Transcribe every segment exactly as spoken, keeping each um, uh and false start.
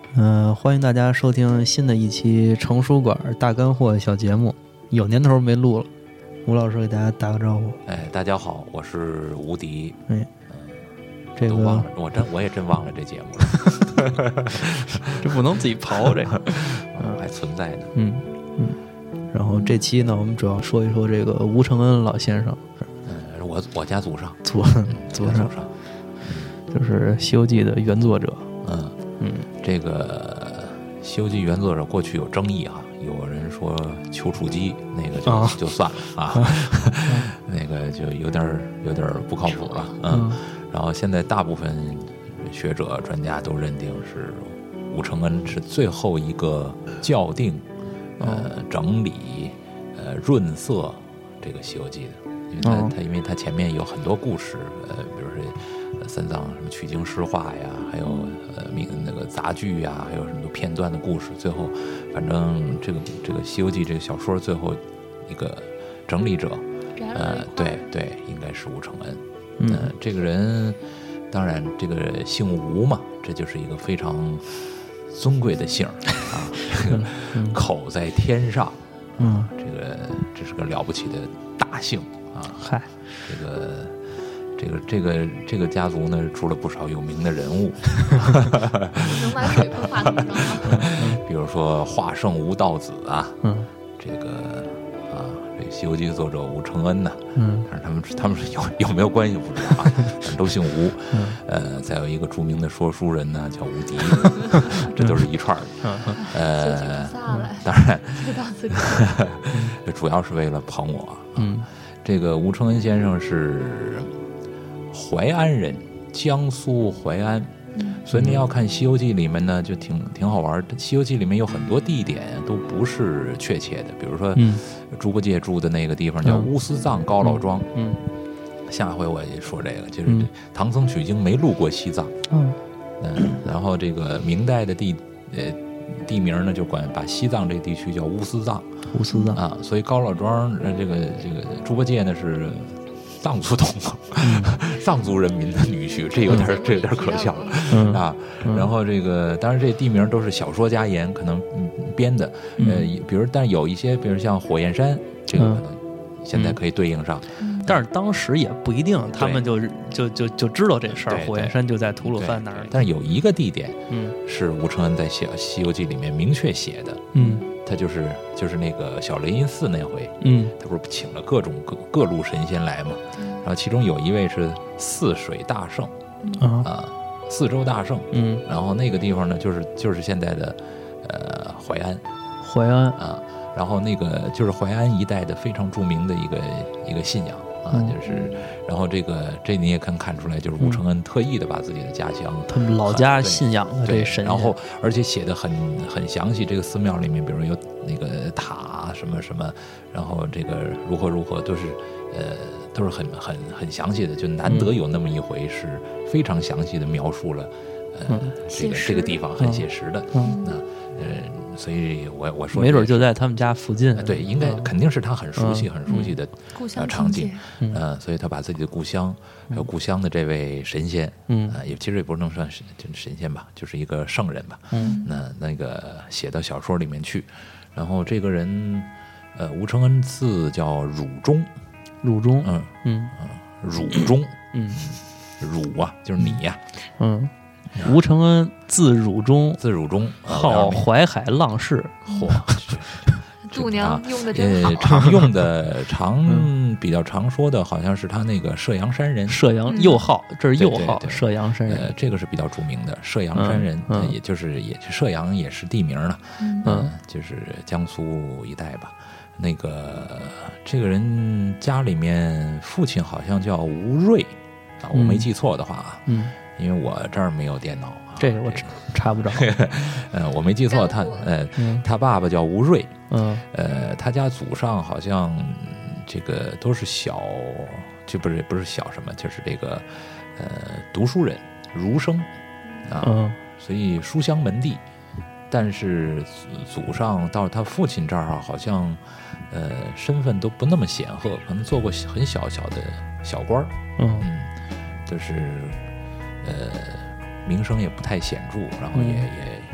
嗯、呃，欢迎大家收听新的一期成书馆大干货小节目，有年头没录了，吴老师给大家打个招呼。 哎，大家好，我是吴迪。 哎，嗯、这个忘了，我真我也真忘了这节目了， 这不能自己刨这个， 嗯，还存在呢。 嗯嗯。然后这期呢，我们主要说一说这个吴承恩老先生。 嗯，我我家祖上， 祖祖上， 祖上就是《西游记》的原作者。 嗯嗯， 这个《西游记》原作者过去有争议哈，有人说丘处机那个就、哦、就算了啊，那个就有点有点不靠谱了。嗯，嗯然后现在大部分学者专家都认定是吴承恩是最后一个校订、呃整理、呃润色这个《西游记》的，因为他、哦、他因为他前面有很多故事，呃，比如说。三藏什么取经诗话呀，还有呃那个杂剧呀，还有什么片段的故事，最后反正这个这个《西游记》这个小说最后一个整理者，呃，对对，应该是吴承恩。嗯、呃，这个人当然这个姓吴嘛，这就是一个非常尊贵的姓啊，这个口在天上， 嗯， 这个这是个了不起的大姓啊， 嗨， 这个。这个这个这个家族呢，出了不少有名的人物， 能把水喷话筒上吗？ 比如说华圣吴道子啊， 嗯， 这个啊，这个《西游记》作者吴承恩呐、啊， 嗯， 但是他们他们是有有没有关系不知道啊，反正都姓吴。 嗯， 呃，再有一个著名的说书人呢，叫吴迪，这都是一串的。 嗯， 呃，当然，这主要是为了捧我。 嗯， 这个吴承恩先生是淮安人，江苏淮安，所以你要看《西游记》里面呢，就挺挺好玩。《西游记》里面有很多地点都不是确切的，比如说， 嗯， 猪八戒住的那个地方叫乌斯藏高老庄。 嗯， 下回我也说这个，就是唐僧取经没路过西藏。 嗯， 嗯，然后这个明代的地呃地名呢，就管把西藏这个地区叫乌斯藏。 乌斯藏啊，所以高老庄呃这个这个猪八戒呢是藏族同藏族人民的女婿，这有点、嗯、这有点可笑、 嗯、 啊。然后这个当然这地名都是小说家言可能编的，呃，比如但是有一些，比如像火焰山，这个可能现在可以对应上， 嗯、但是当时也不一定，他们就就就就知道这事儿。火焰山就在吐鲁番那儿。 但是有一个地点， 嗯， 是吴承恩在写《西游记》里面明确写的， 嗯。 他就是就是那个小雷音寺那回， 嗯， 他不是请了各种各各路神仙来嘛，然后其中有一位是泗水大圣， 嗯、 啊，泗州大圣， 嗯， 然后那个地方呢，就是就是现在的呃淮安， 淮安啊，然后那个就是淮安一带的非常著名的一个一个信仰。啊，就是，然后这个这你也可以看出来，就是吴承恩特意的把自己的家乡， 嗯、他们老家信仰的这神， 然后而且写的很很详细。这个寺庙里面，比如有那个塔什么什么，然后这个如何如何，都是呃都是很很很详细的，就难得有那么一回是非常详细的描述了，呃， 嗯、 这个这个地方很写实的， 嗯， 那呃。所以我我说没准就在他们家附近， 对，应该肯定是他很熟悉、 嗯、 很熟悉的呃场景，嗯、呃，所以他把自己的故乡，还有故乡的这位神仙， 嗯， 呃，也其实也不能算是神仙吧，就是一个圣人吧， 嗯， 那那个写到小说里面去，然后这个人，呃，吴承恩字叫汝中， 汝中， 嗯嗯嗯，汝中， 嗯， 汝啊，就是你呀、 啊，嗯。吴承恩字汝中， 字汝中， 号淮海浪士。 嚯， 度娘用的真好。 呃，常用的常比较常说的，好像是他那个射阳山人。 射阳右号，这是右号， 对对对射阳山人。 呃，这个是比较著名的射阳山人， 嗯嗯、 也就是也射阳也是地名了， 嗯、 呃，就是江苏一带吧。那个这个人家里面父亲好像叫吴瑞啊，我没记错的话啊， 嗯。 因为我这儿没有电脑，啊、 这个我查不着。 呃，我没记错，他呃， 嗯、 他爸爸叫吴瑞， 嗯， 呃，他家祖上好像这个都是小，就不是不是小什么，就是这个呃读书人儒生啊， 嗯， 所以书香门第。但是祖上到他父亲这儿啊，好像呃身份都不那么显赫，可能做过很小小的小官儿， 嗯嗯，就是。呃，名声也不太显著，然后也、嗯、也也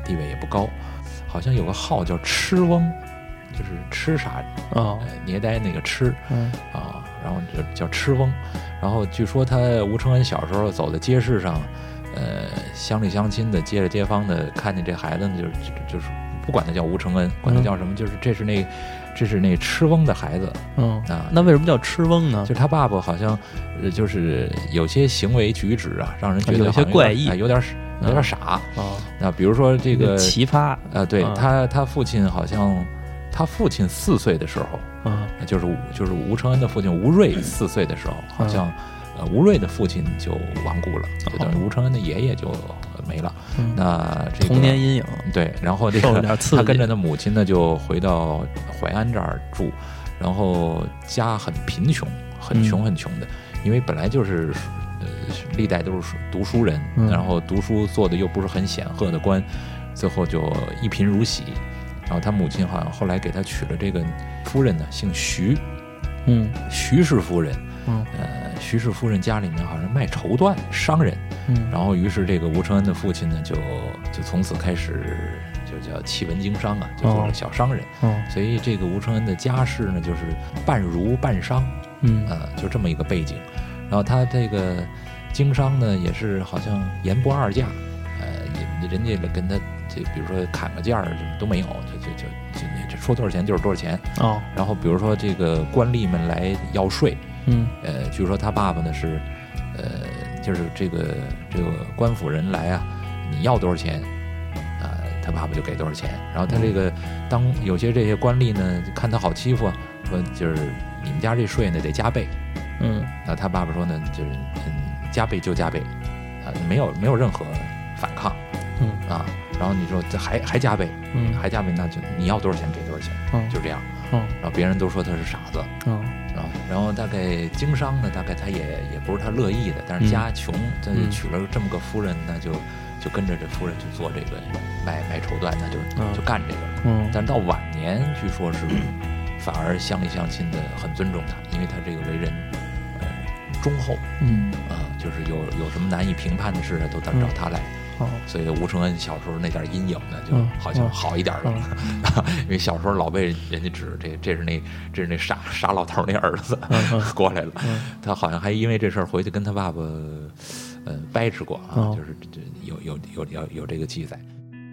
地位也不高，好像有个号叫痴翁，就是痴傻啊、 哦呃，捏呆那个痴， 嗯啊，然后就叫痴翁。然后据说他吴承恩小时候走在街市上，呃，乡里乡亲的、街里街坊的，看见这孩子呢，就是就就是不管他叫吴承恩，管他叫什么，嗯、就是这是那这是那痴翁的孩子。 嗯啊， 那为什么叫痴翁呢？ 就是他爸爸好像，呃，就是有些行为举止啊，让人觉得有些怪异， 哎、有点有点傻啊。那比如说这个奇葩啊、 呃，对、嗯、他他父亲好像。他父亲四岁的时候，啊、嗯，就是就是吴承恩的父亲吴瑞四岁的时候，好像，呃，吴瑞的父亲就亡故了，就等于吴承恩的爷爷就没了。嗯、那这个童年阴影， 对，然后这个他跟着他母亲呢，就回到淮安这儿住，然后家很贫穷，很穷很穷的，嗯、因为本来就是，呃，历代都是读书人， 嗯、 然后读书做的又不是很显赫的官，最后就一贫如洗。然后他母亲好像后来给他娶了这个夫人呢，姓徐， 嗯， 徐氏夫人， 嗯， 呃，徐氏夫人家里面好像卖绸缎，商人， 嗯， 然后于是这个吴承恩的父亲呢，就就从此开始就叫弃文经商啊，就做了小商人， 哦， 所以这个吴承恩的家世呢，就是半儒半商， 嗯， 呃，就这么一个背景。然后他这个经商呢，也是好像言不二价，呃，也人家跟他。这比如说砍个价儿都没有，就就就就你这说多少钱就是多少钱哦。 然后比如说这个官吏们来要税， 嗯， 呃，据说他爸爸呢是，呃，就是这个这个官府人来啊，你要多少钱啊、呃，他爸爸就给多少钱。然后他这个当有些这些官吏呢看他好欺负啊，说就是你们家这税呢得加倍， 嗯， 那他爸爸说呢就是嗯加倍就加倍啊、呃，没有没有任何反抗， 嗯啊。然后你说这还还加倍， 嗯， 还加倍，那就你要多少钱给多少钱， 嗯、 就这样， 嗯， 然后别人都说他是傻子， 嗯， 啊，然后大概经商呢，大概他也也不是他乐意的，但是家穷，他就娶了这么个夫人，那就就跟着这夫人去做这个卖卖绸缎，那就、 嗯、 就干这个， 嗯， 但到晚年据说是反而乡里乡亲的很尊重他，因为他这个为人呃忠厚， 嗯， 啊，就是有有什么难以评判的事都找找他来。 哦， 所以吴承恩小时候那点阴影呢，就好像好一点了， 嗯嗯、因为小时候老被人家指这这是那这是那傻傻老头那儿子、 嗯、 过来了、 嗯， 他好像还因为这事儿回去跟他爸爸，呃，掰扯过啊， 哦、 就是这有有有有有这个记载。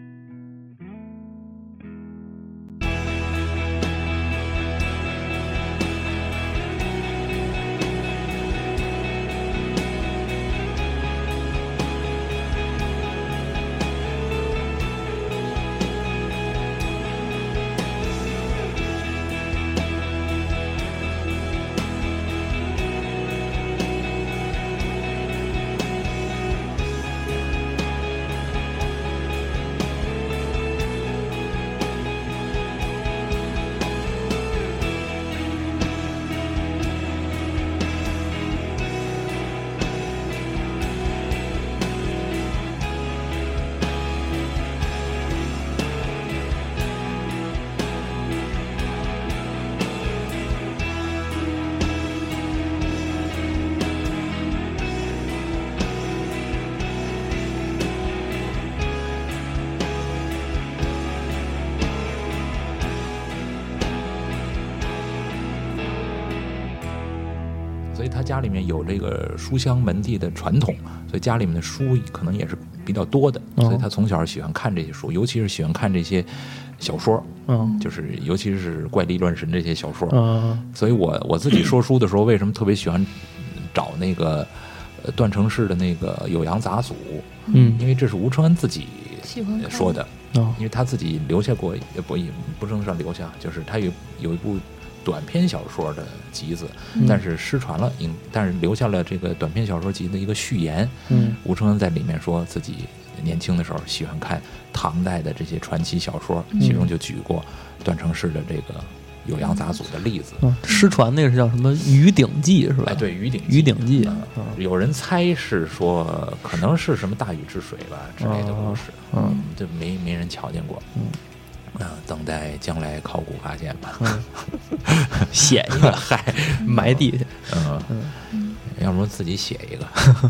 所以他家里面有这个书香门第的传统，所以家里面的书可能也是比较多的，所以他从小喜欢看这些书，尤其是喜欢看这些小说， 嗯， 就是尤其是怪力乱神这些小说， 嗯， 所以我我自己说书的时候，为什么特别喜欢找那个呃段成式的那个《酉阳杂俎》， 嗯， 因为这是吴承恩自己说的， 哦， 因为他自己留下过，也不也不能算留下，就是他有有一部短篇小说的集子， 嗯、 但是失传了，但是留下了这个短篇小说集的一个序言。 嗯， 吴承恩在里面说自己年轻的时候喜欢看唐代的这些传奇小说， 嗯、 其中就举过段成式的这个《酉阳杂俎》的例子。 嗯，失传那个是叫什么《鱼鼎记》是吧？ 哎，对，《鱼鼎鱼鼎记》 嗯，有人猜是说可能是什么大禹治水吧之类的故事， 嗯， 这没没人瞧见过， 嗯。 啊，等待将来考古发现吧。 嗯、写一个，嗨，埋地下。 嗯嗯，要不自己写一个。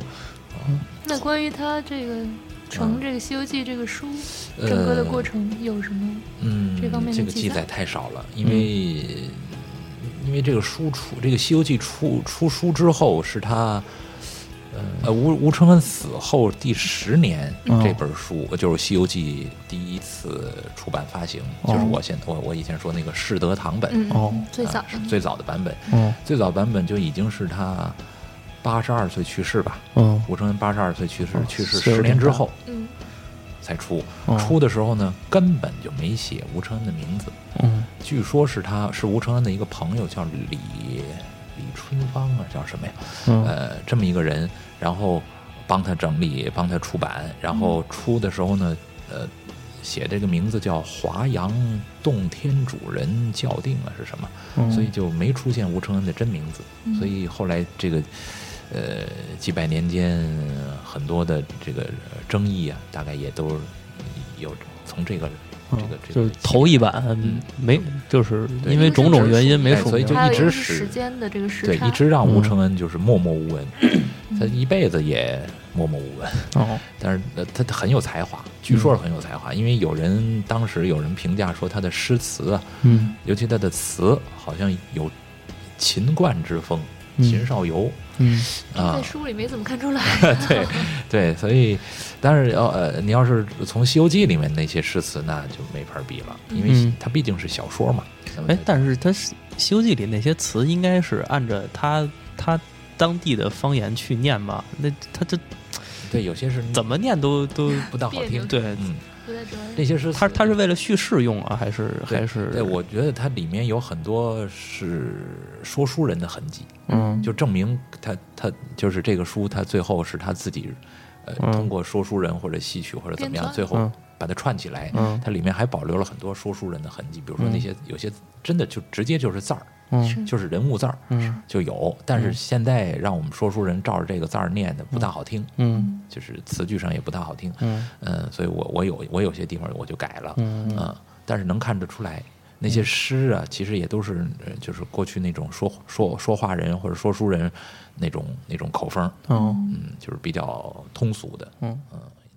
那关于他这个成这个《西游记》这个书、 呃、 整个的过程有什么嗯这方面的这个记载太少了，因为、嗯、因为这个书出这个《西游记》出出书之后是他。呃，吴吴承恩死后第十年， 嗯、 这本书就是《西游记》第一次出版发行， 哦、 就是我现我我以前说那个世德堂本， 哦、 嗯，最早是最早的版本， 哦、 最早版本就已经是他八十二岁去世吧， 嗯， 吴承恩八十二岁去世， 哦、 去世十年之后， 嗯， 才出， 哦、 出的时候呢，根本就没写吴承恩的名字， 嗯， 据说是他是吴承恩的一个朋友叫李李春芳啊，叫什么呀？ 嗯、 呃，这么一个人，然后。帮他整理，帮他出版，然后出的时候呢，呃，写这个名字叫华阳洞天主人校订啊，是什么？ 嗯、 所以就没出现吴承恩的真名字。 嗯、 所以后来这个呃几百年间很多的这个争议啊，大概也都有从这个。这个这个就是头一版没，就是因为种种原因没署名， 所以就一直是时间的这个时对，一直让吴承恩就是默默无闻，他一辈子也默默无闻。 哦， 但是他他很有才华，据说是很有才华，因为有人当时有人评价说他的诗词啊， 嗯， 尤其他的词好像有秦观之风。秦少游， 嗯啊， 在书里没怎么看出来。 对对，所以，但是要呃，你要是从《西游记》里面那些诗词，那就没法比了，因为它毕竟是小说嘛。 哎、嗯，但是它《西游记》里那些词应该是按照他他当地的方言去念吧？那他这对有些是怎么念都都不大好听。 对， 嗯。这些是他他是为了叙事用啊，还是还是？ 对，我觉得它里面有很多是说书人的痕迹， 嗯， 就证明他他就是这个书，他最后是他自己，呃， 嗯、 通过说书人或者戏曲或者怎么样，最后把它串起来， 嗯， 它里面还保留了很多说书人的痕迹，比如说那些、嗯、有些真的就直接就是字儿。 嗯， 就是人物字儿， 嗯， 就有，但是现在让我们说书人照着这个字儿念的不大好听， 嗯， 就是词句上也不大好听， 嗯， 嗯，所以我我有我有些地方我就改了， 嗯嗯，但是能看得出来，那些诗啊，其实也都是就是过去那种说说说话人或者说书人那种那种口风， 哦， 嗯，就是比较通俗的， 嗯嗯。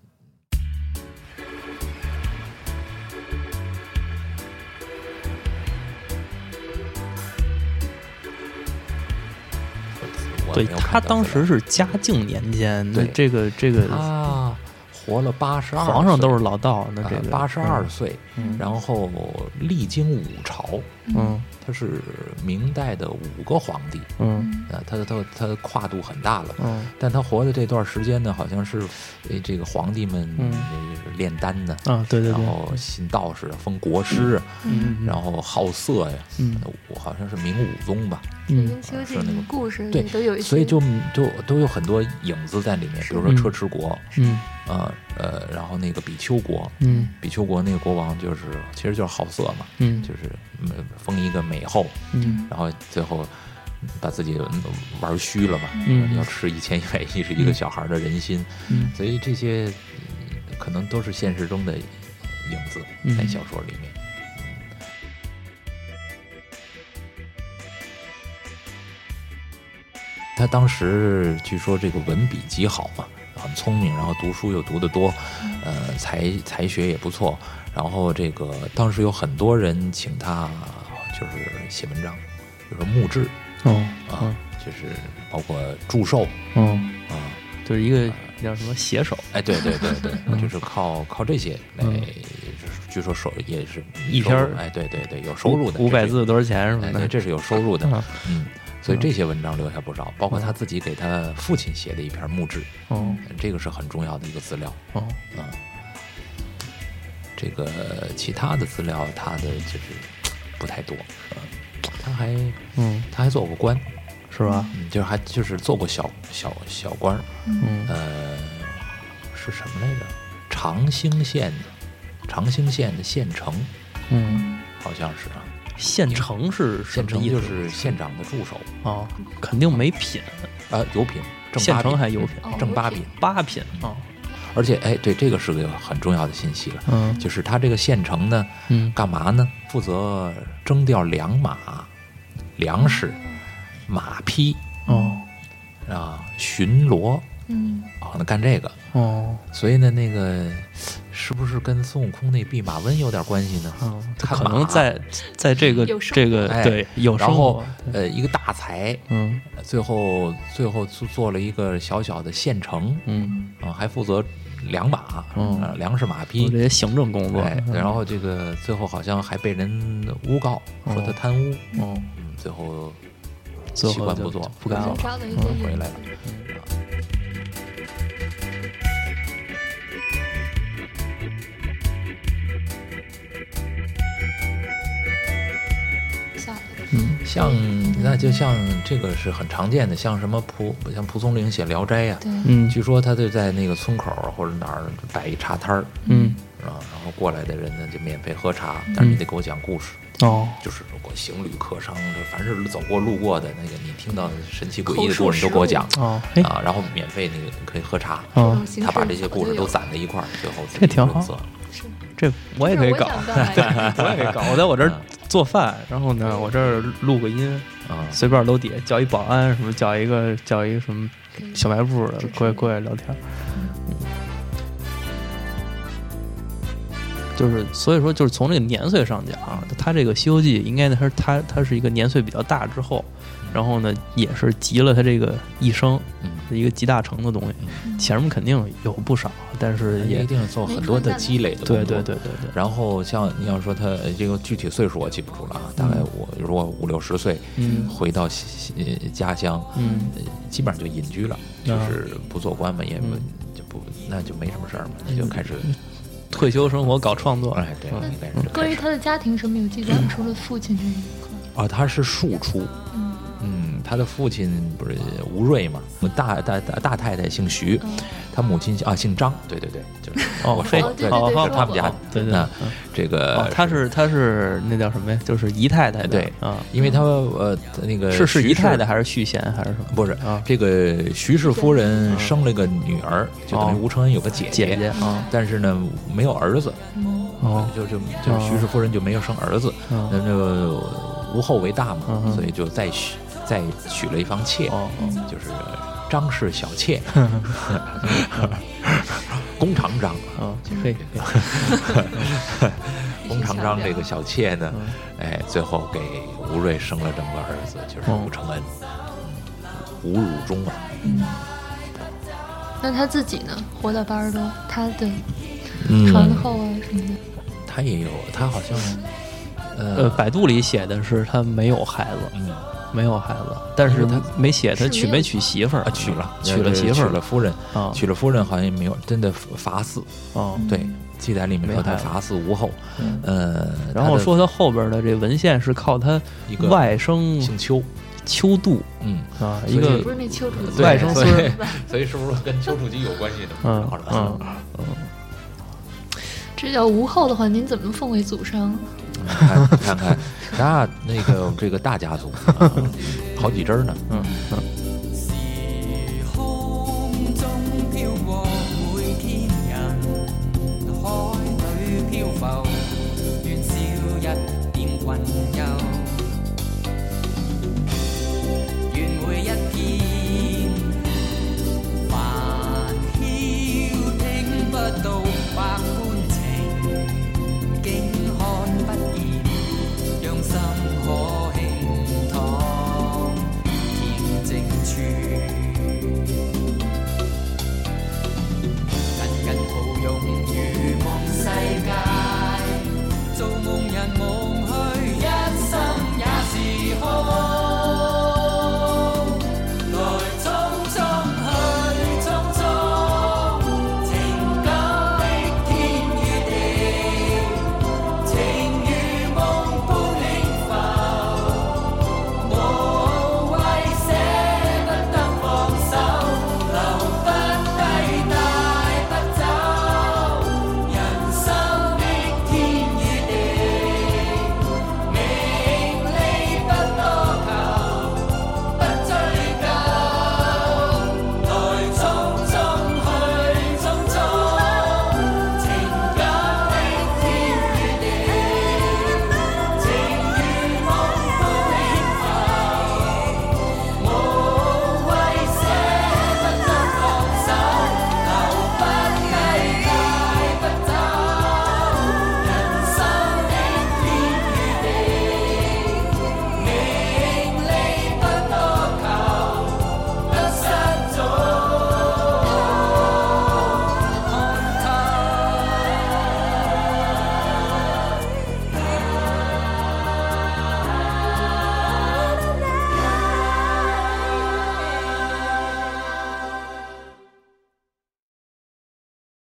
对，他当时是嘉靖年间，那这个这个他活了八十二， 皇上都是老道，那这个八十二岁， 嗯、 然后历经五朝， 嗯， 他是明代的五个皇帝， 嗯， 啊，他他他跨度很大了， 嗯， 但他活的这段时间呢，好像是这个皇帝们炼丹呢， 啊，对对对， 然后信道士，封国师， 嗯， 然后好色呀， 嗯， 我好像是明武宗吧。 嗯，西游记那个故事对都有一些， 所以就就都有很多影子在里面，比如说车迟国， 嗯， 呃呃，然后那个比丘国， 嗯， 比丘国那个国王就是其实就是好色嘛， 嗯， 就是封一个美后， 嗯， 然后最后把自己玩虚了嘛， 嗯， 要吃一千一百一十一个小孩的人心， 嗯， 所以这些可能都是现实中的影子在小说里面。他当时据说这个文笔极好嘛，很聪明，然后读书又读得多，呃，才才学也不错。然后这个当时有很多人请他就是写文章，比如说墓志， 哦啊，就是包括祝寿， 嗯啊， 就是一个叫什么写手， 哎，对对对对，就是靠靠这些来，据说收也是一篇， 哎，对对对，有收入的， 五百字多少钱什么的，这是有收入的，嗯。所以这些文章留下不少，包括他自己给他父亲写的一篇墓志， 哦， 这个是很重要的一个资料， 哦， 啊，这个其他的资料他的就是不太多，嗯，他还， 嗯， 他还做过官， 是吧？ 嗯，就是还就是做过小小小官， 嗯， 呃，是什么来着？长兴县，长兴县的县城， 嗯， 好像是啊。 县城是县城就是县长的助手哦，肯定没品啊，有品， 县城还有品， 正八品， 八品啊！ 而且哎，对，这个是个很重要的信息了， 嗯， 就是他这个县城呢， 嗯， 干嘛呢？负责征调粮马、粮食、马匹哦啊，巡逻， 嗯， 啊，那干这个哦， 所以呢，那个是不是跟孙悟空那弼马温有点关系呢？ 嗯， 看可能在在这个这个哎、 对有生活， 然后呃一个大才， 嗯， 最后最后做做了一个小小的县城， 嗯啊，还负责良马， 嗯， 呃、粮食马匹这些行政工作， 哎， 嗯、 然后这个最后好像还被人诬告、 哦、 说他贪污， 哦， 嗯，最后最后弃官不做， 不干了， 嗯，回来了。嗯嗯， 像那就像这个是很常见的，像什么蒲像蒲松龄写《聊斋》呀， 嗯， 据说他就在那个村口或者哪儿摆一茶摊儿， 嗯啊，然后过来的人呢就免费喝茶，但是你得给我讲故事。 哦， 就是如果行旅客商，凡是走过路过的那个，你听到神奇诡异的故事，你都给我讲哦， 啊，然后免费那个可以喝茶。 哦， 他把这些故事都攒在一块儿，最后这挺好。 是， 这我也可以搞，对，我也可以搞。我在我这儿做饭，然后呢，我这儿录个音， 啊， 随便楼底下叫一保安，什么叫一个叫一个什么小卖部的过来过来聊天。就是所以说，就是从这个年岁上讲啊，它这个《西游记》应该呢，它它它是一个年岁比较大之后，然后呢，也是集了他这个一生的一个集大成的东西。前面肯定有不少，但是也一定做很多的积累的工作。 对对对对对。 然后像你要说他这个具体岁数我记不住了啊，大概我如果五六十岁， 嗯， 回到家乡， 嗯， 基本上就隐居了，就是不做官嘛，也不就不那就没什么事儿嘛，那就开始。 退休生活搞创作， 哎，对，应该是。 关于他的家庭是没有记载，除了父亲这一块。 啊，他是庶出， 嗯嗯，他的父亲不是吴瑞嘛，大大大大太太姓徐，他母亲啊姓张，对对对，就是我说对， 是他们家， 对对。 那这个他是他是那叫什么呀？就是姨太太对啊， 因为他呃那个是是姨太太还是续弦还是什么？ 不是啊，这个徐氏夫人生了个女儿，就等于吴承恩有个姐姐姐啊， 但是呢没有儿子， 哦， 就就就徐氏夫人就没有生儿子，那那个吴后为大嘛，所以就再娶再娶了一房妾，就是张氏小妾，弓长张啊，可以。 弓长张这个小妾呢，哎，最后给吴瑞生了这么个儿子，就是吴承恩，吴汝忠啊。 嗯，那他自己呢？活到八十多，他的传后啊什么的， 他也有，他好像， 呃，百度里写的是他没有孩子， 嗯， 没有孩子，但是他没写他娶没娶媳妇儿， 娶了， 娶了媳妇儿， 娶了夫人啊， 娶了夫人好像没有真的伐嗣， 哦， 对。记载里面说他伐嗣无后，呃， 然后说他后边的这文献是靠他一个外甥姓邱， 邱度， 嗯啊，一个不是那丘处机外甥孙， 所以是不是跟丘处机有关系的？ 嗯嗯嗯， 这叫吴后的话，您怎么奉为祖上？ 看看看，那那个这个大家族，好几支呢， 嗯嗯。